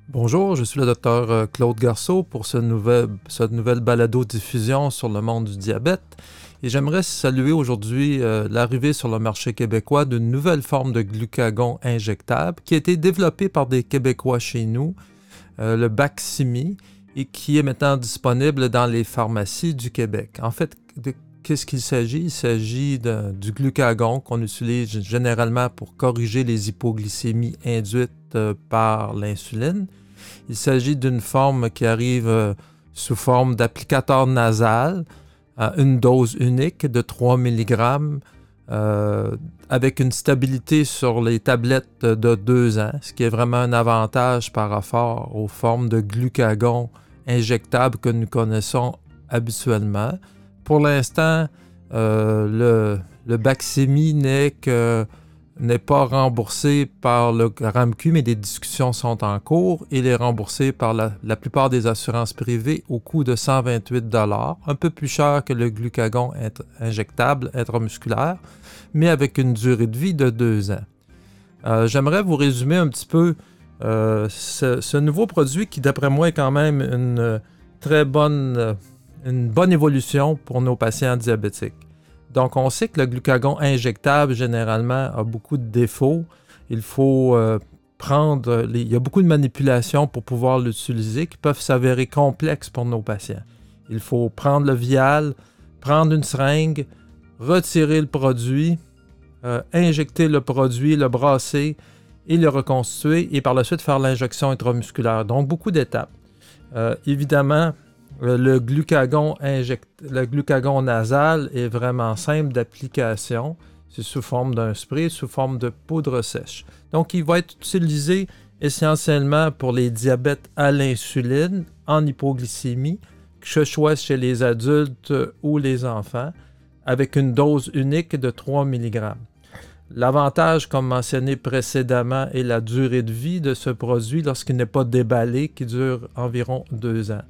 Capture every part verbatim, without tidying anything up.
Bonjour, je suis le docteur Claude Garceau pour ce nouvel, cette nouvelle balado-diffusion sur le monde du diabète. Et j'aimerais saluer aujourd'hui euh, l'arrivée sur le marché québécois d'une nouvelle forme de glucagon injectable qui a été développée par des Québécois chez nous, euh, le Baqsimi, et qui est maintenant disponible dans les pharmacies du Québec. En fait, de, qu'est-ce qu'il s'agit? Il s'agit de, du glucagon qu'on utilise généralement pour corriger les hypoglycémies induites euh, par l'insuline. Il s'agit d'une forme qui arrive euh, sous forme d'applicateur nasal à une dose unique de trois milligrammes euh, avec une stabilité sur les tablettes de deux ans, ce qui est vraiment un avantage par rapport aux formes de glucagon injectables que nous connaissons habituellement. Pour l'instant, euh, le, le Baqsimi n'est que n'est pas remboursé par le RAMQ, mais des discussions sont en cours. Il est remboursé par la, la plupart des assurances privées au coût de cent vingt-huit dollars, un peu plus cher que le glucagon int- injectable intramusculaire, mais avec une durée de vie de deux ans. Euh, j'aimerais vous résumer un petit peu euh, ce, ce nouveau produit qui, d'après moi, est quand même une très bonne, une bonne évolution pour nos patients diabétiques. Donc, on sait que le glucagon injectable, généralement, a beaucoup de défauts. Il faut euh, prendre... Les... Il y a beaucoup de manipulations pour pouvoir l'utiliser qui peuvent s'avérer complexes pour nos patients. Il faut prendre le vial, prendre une seringue, retirer le produit, euh, injecter le produit, le brasser et le reconstituer et par la suite faire l'injection intramusculaire. Donc, beaucoup d'étapes. Euh, évidemment... Le glucagon, inject... le glucagon nasal est vraiment simple d'application. C'est sous forme d'un spray, sous forme de poudre sèche. Donc, il va être utilisé essentiellement pour les diabètes à l'insuline, en hypoglycémie, que ce soit chez les adultes ou les enfants, avec une dose unique de trois milligrammes. L'avantage, comme mentionné précédemment, est la durée de vie de ce produit lorsqu'il n'est pas déballé, qui dure environ deux ans.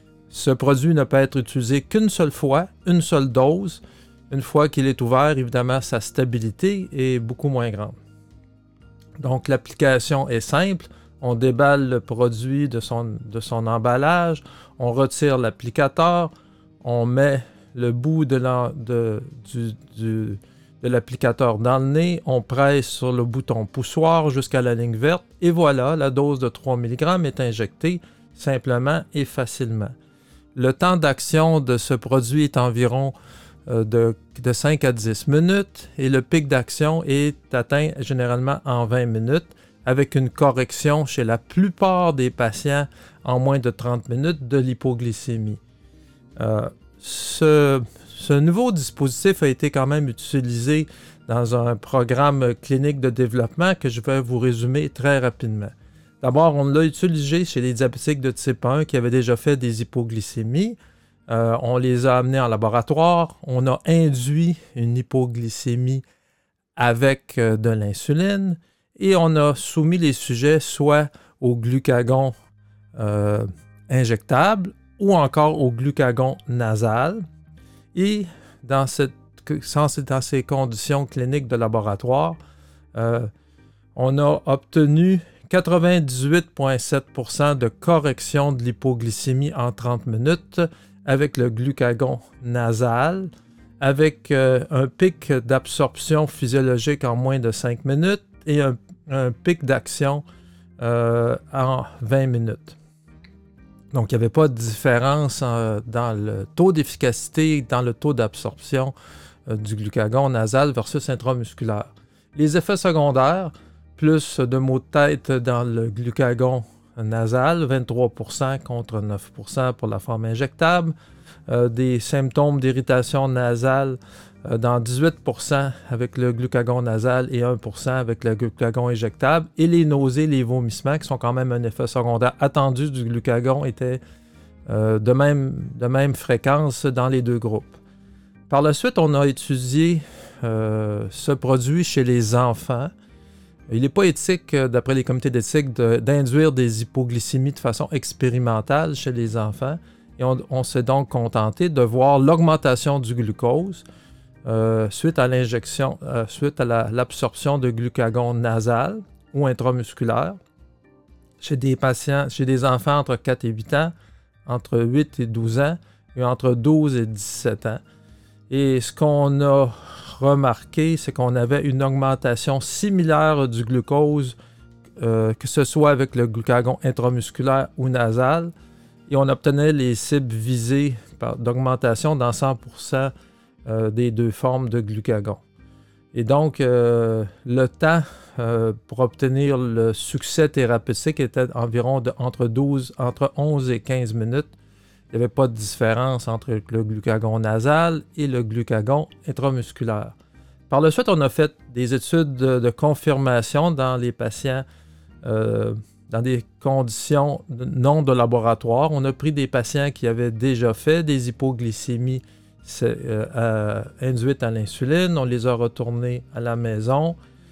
Ce produit ne peut être utilisé qu'une seule fois, une seule dose. Une fois qu'il est ouvert, évidemment, sa stabilité est beaucoup moins grande. Donc, l'application est simple. On déballe le produit de son, de son emballage, on retire l'applicateur, on met le bout de, la, de, du, du, de l'applicateur dans le nez, on presse sur le bouton poussoir jusqu'à la ligne verte et voilà, la dose de trois milligrammes est injectée simplement et facilement. Le temps d'action de ce produit est environ euh, de, de cinq à dix minutes et le pic d'action est atteint généralement en vingt minutes avec une correction chez la plupart des patients en moins de trente minutes de l'hypoglycémie. Euh, ce, ce nouveau dispositif a été quand même utilisé dans un programme clinique de développement que je vais vous résumer très rapidement. D'abord, on l'a utilisé chez les diabétiques de type un qui avaient déjà fait des hypoglycémies. Euh, on les a amenés en laboratoire. On a induit une hypoglycémie avec euh, de l'insuline et on a soumis les sujets soit au glucagon euh, injectable ou encore au glucagon nasal. Et dans, cette, dans ces conditions cliniques de laboratoire, euh, on a obtenu quatre-vingt-dix-huit virgule sept pour cent de correction de l'hypoglycémie en trente minutes avec le glucagon nasal, avec euh, un pic d'absorption physiologique en moins de cinq minutes et un, un pic d'action euh, en vingt minutes. Donc, il n'y avait pas de différence euh, dans le taux d'efficacité, dans le taux d'absorption euh, du glucagon nasal versus intramusculaire. Les effets secondaires, plus de maux de tête dans le glucagon nasal, vingt-trois pour cent contre neuf pour cent pour la forme injectable, euh, des symptômes d'irritation nasale euh, dans dix-huit pour cent avec le glucagon nasal et un pour cent avec le glucagon injectable, et les nausées, les vomissements, qui sont quand même un effet secondaire attendu du glucagon, étaient euh, de, même, de même fréquence dans les deux groupes. Par la suite, on a étudié euh, ce produit chez les enfants. Il n'est pas éthique, d'après les comités d'éthique, de, d'induire des hypoglycémies de façon expérimentale chez les enfants. Et on, on s'est donc contenté de voir l'augmentation du glucose euh, suite à l'injection, euh, suite à la, l'absorption de glucagon nasal ou intramusculaire. chez des patients, chez des enfants entre quatre et huit ans, entre huit et douze ans et entre douze et dix-sept ans. Et ce qu'on a remarqué, c'est qu'on avait une augmentation similaire du glucose, euh, que ce soit avec le glucagon intramusculaire ou nasal, et on obtenait les cibles visées par, d'augmentation dans cent pour cent euh, des deux formes de glucagon. Et donc, euh, le temps euh, pour obtenir le succès thérapeutique était environ de, entre, douze, entre onze et quinze minutes. Il n'y avait pas de différence entre le glucagon nasal et le glucagon intramusculaire. Par la suite, on a fait des études de, de confirmation dans les patients euh, dans des conditions non de laboratoire. On a pris des patients qui avaient déjà fait des hypoglycémies euh, euh, induites à l'insuline. On les a retournés à la maison.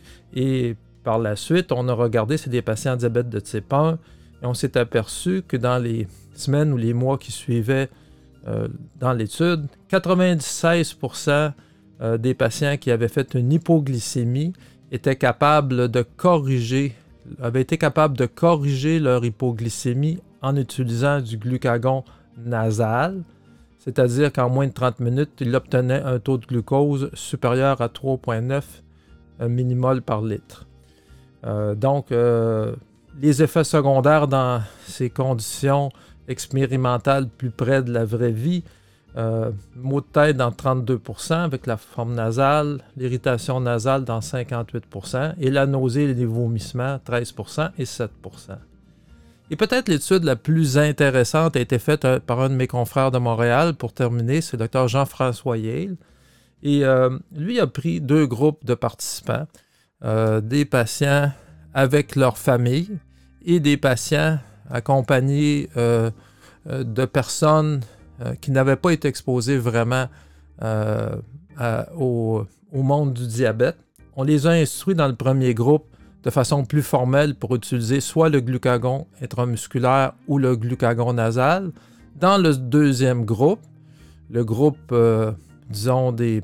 Et par la suite, on a regardé, c'est des patients à diabète de type un. Et on s'est aperçu que dans les semaines ou les mois qui suivaient euh, dans l'étude, quatre-vingt-seize pour cent euh, des patients qui avaient fait une hypoglycémie étaient capables de corriger, avaient été capables de corriger leur hypoglycémie en utilisant du glucagon nasal, c'est-à-dire qu'en moins de trente minutes, ils obtenaient un taux de glucose supérieur à trois virgule neuf millimoles par litre. Euh, donc, euh, les effets secondaires dans ces conditions expérimentales plus près de la vraie vie, euh, maux de tête dans trente-deux pour cent avec la forme nasale, l'irritation nasale dans cinquante-huit pour cent et la nausée et les vomissements treize pour cent et sept pour cent. Et peut-être l'étude la plus intéressante a été faite par un de mes confrères de Montréal pour terminer, c'est le docteur Jean-François Yale. Et euh, lui a pris deux groupes de participants, euh, des patients avec leur famille et des patients accompagnés euh, euh, de personnes euh, qui n'avaient pas été exposées vraiment euh, à, au, au monde du diabète. On les a instruits dans le premier groupe de façon plus formelle pour utiliser soit le glucagon intramusculaire ou le glucagon nasal. Dans le deuxième groupe, le groupe, euh, disons, des,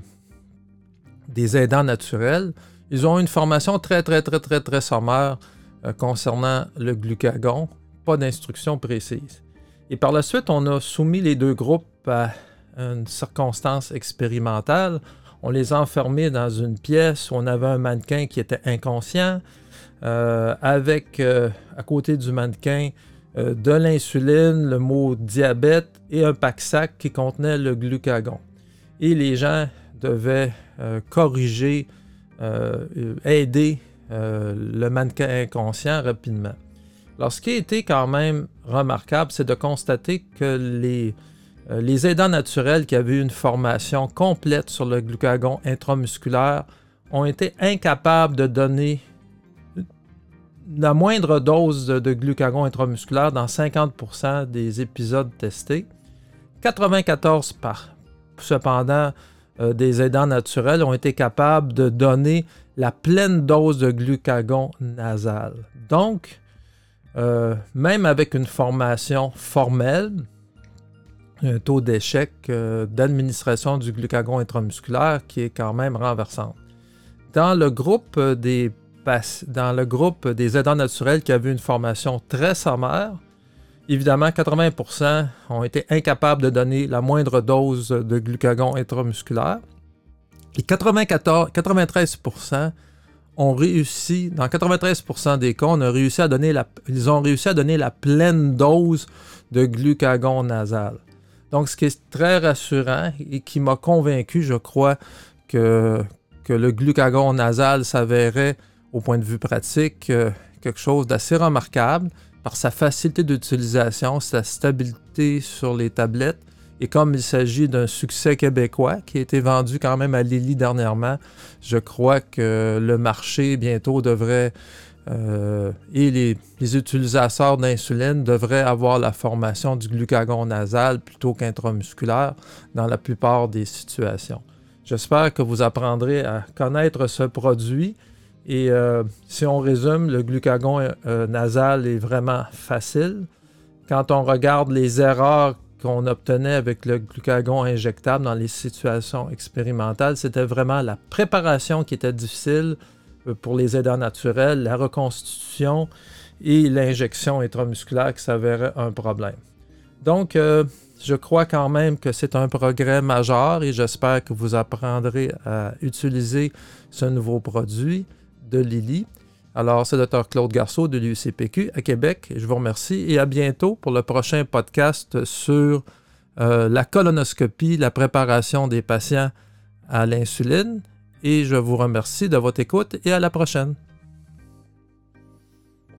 des aidants naturels, ils ont une formation très, très, très, très, très sommaire euh, concernant le glucagon, pas d'instructions précises. Et par la suite, on a soumis les deux groupes à une circonstance expérimentale. On les a enfermés dans une pièce où on avait un mannequin qui était inconscient, euh, avec euh, à côté du mannequin euh, de l'insuline, le mot diabète et un pack-sac qui contenait le glucagon. Et les gens devaient euh, corriger, euh, aider euh, le mannequin inconscient rapidement. Alors, ce qui a été quand même remarquable, c'est de constater que les, euh, les aidants naturels qui avaient eu une formation complète sur le glucagon intramusculaire ont été incapables de donner la moindre dose de, de glucagon intramusculaire dans cinquante pour cent des épisodes testés. quatre-vingt-quatorze par cependant euh, des aidants naturels ont été capables de donner la pleine dose de glucagon nasal. Donc, euh, même avec une formation formelle, un taux d'échec euh, d'administration du glucagon intramusculaire qui est quand même renversant. Dans le groupe des Dans le groupe des aidants naturels qui avaient une formation très sommaire, évidemment, quatre-vingts pour cent ont été incapables de donner la moindre dose de glucagon intramusculaire. Et quatre-vingt-quatorze, quatre-vingt-treize pour cent ont réussi, dans quatre-vingt-treize pour cent des cas, on a réussi à donner la, ils ont réussi à donner la pleine dose de glucagon nasal. Donc, ce qui est très rassurant et qui m'a convaincu, je crois, que, que le glucagon nasal s'avérait au point de vue pratique, euh, quelque chose d'assez remarquable par sa facilité d'utilisation, sa stabilité sur les tablettes. Et comme il s'agit d'un succès québécois qui a été vendu quand même à Lilly dernièrement, je crois que le marché bientôt devrait, euh, et les, les utilisateurs d'insuline devraient avoir la formation du glucagon nasal plutôt qu'intramusculaire dans la plupart des situations. J'espère que vous apprendrez à connaître ce produit. Et euh, si on résume, le glucagon euh, nasal est vraiment facile. Quand on regarde les erreurs qu'on obtenait avec le glucagon injectable dans les situations expérimentales, c'était vraiment la préparation qui était difficile pour les aidants naturels, la reconstitution et l'injection intramusculaire qui s'avérait un problème. Donc, euh, je crois quand même que c'est un progrès majeur et j'espère que vous apprendrez à utiliser ce nouveau produit de Lilly. Alors, c'est le docteur Claude Garceau de l'U I C P Q à Québec. Je vous remercie et à bientôt pour le prochain podcast sur euh, la colonoscopie, la préparation des patients à l'insuline. Et je vous remercie de votre écoute et à la prochaine.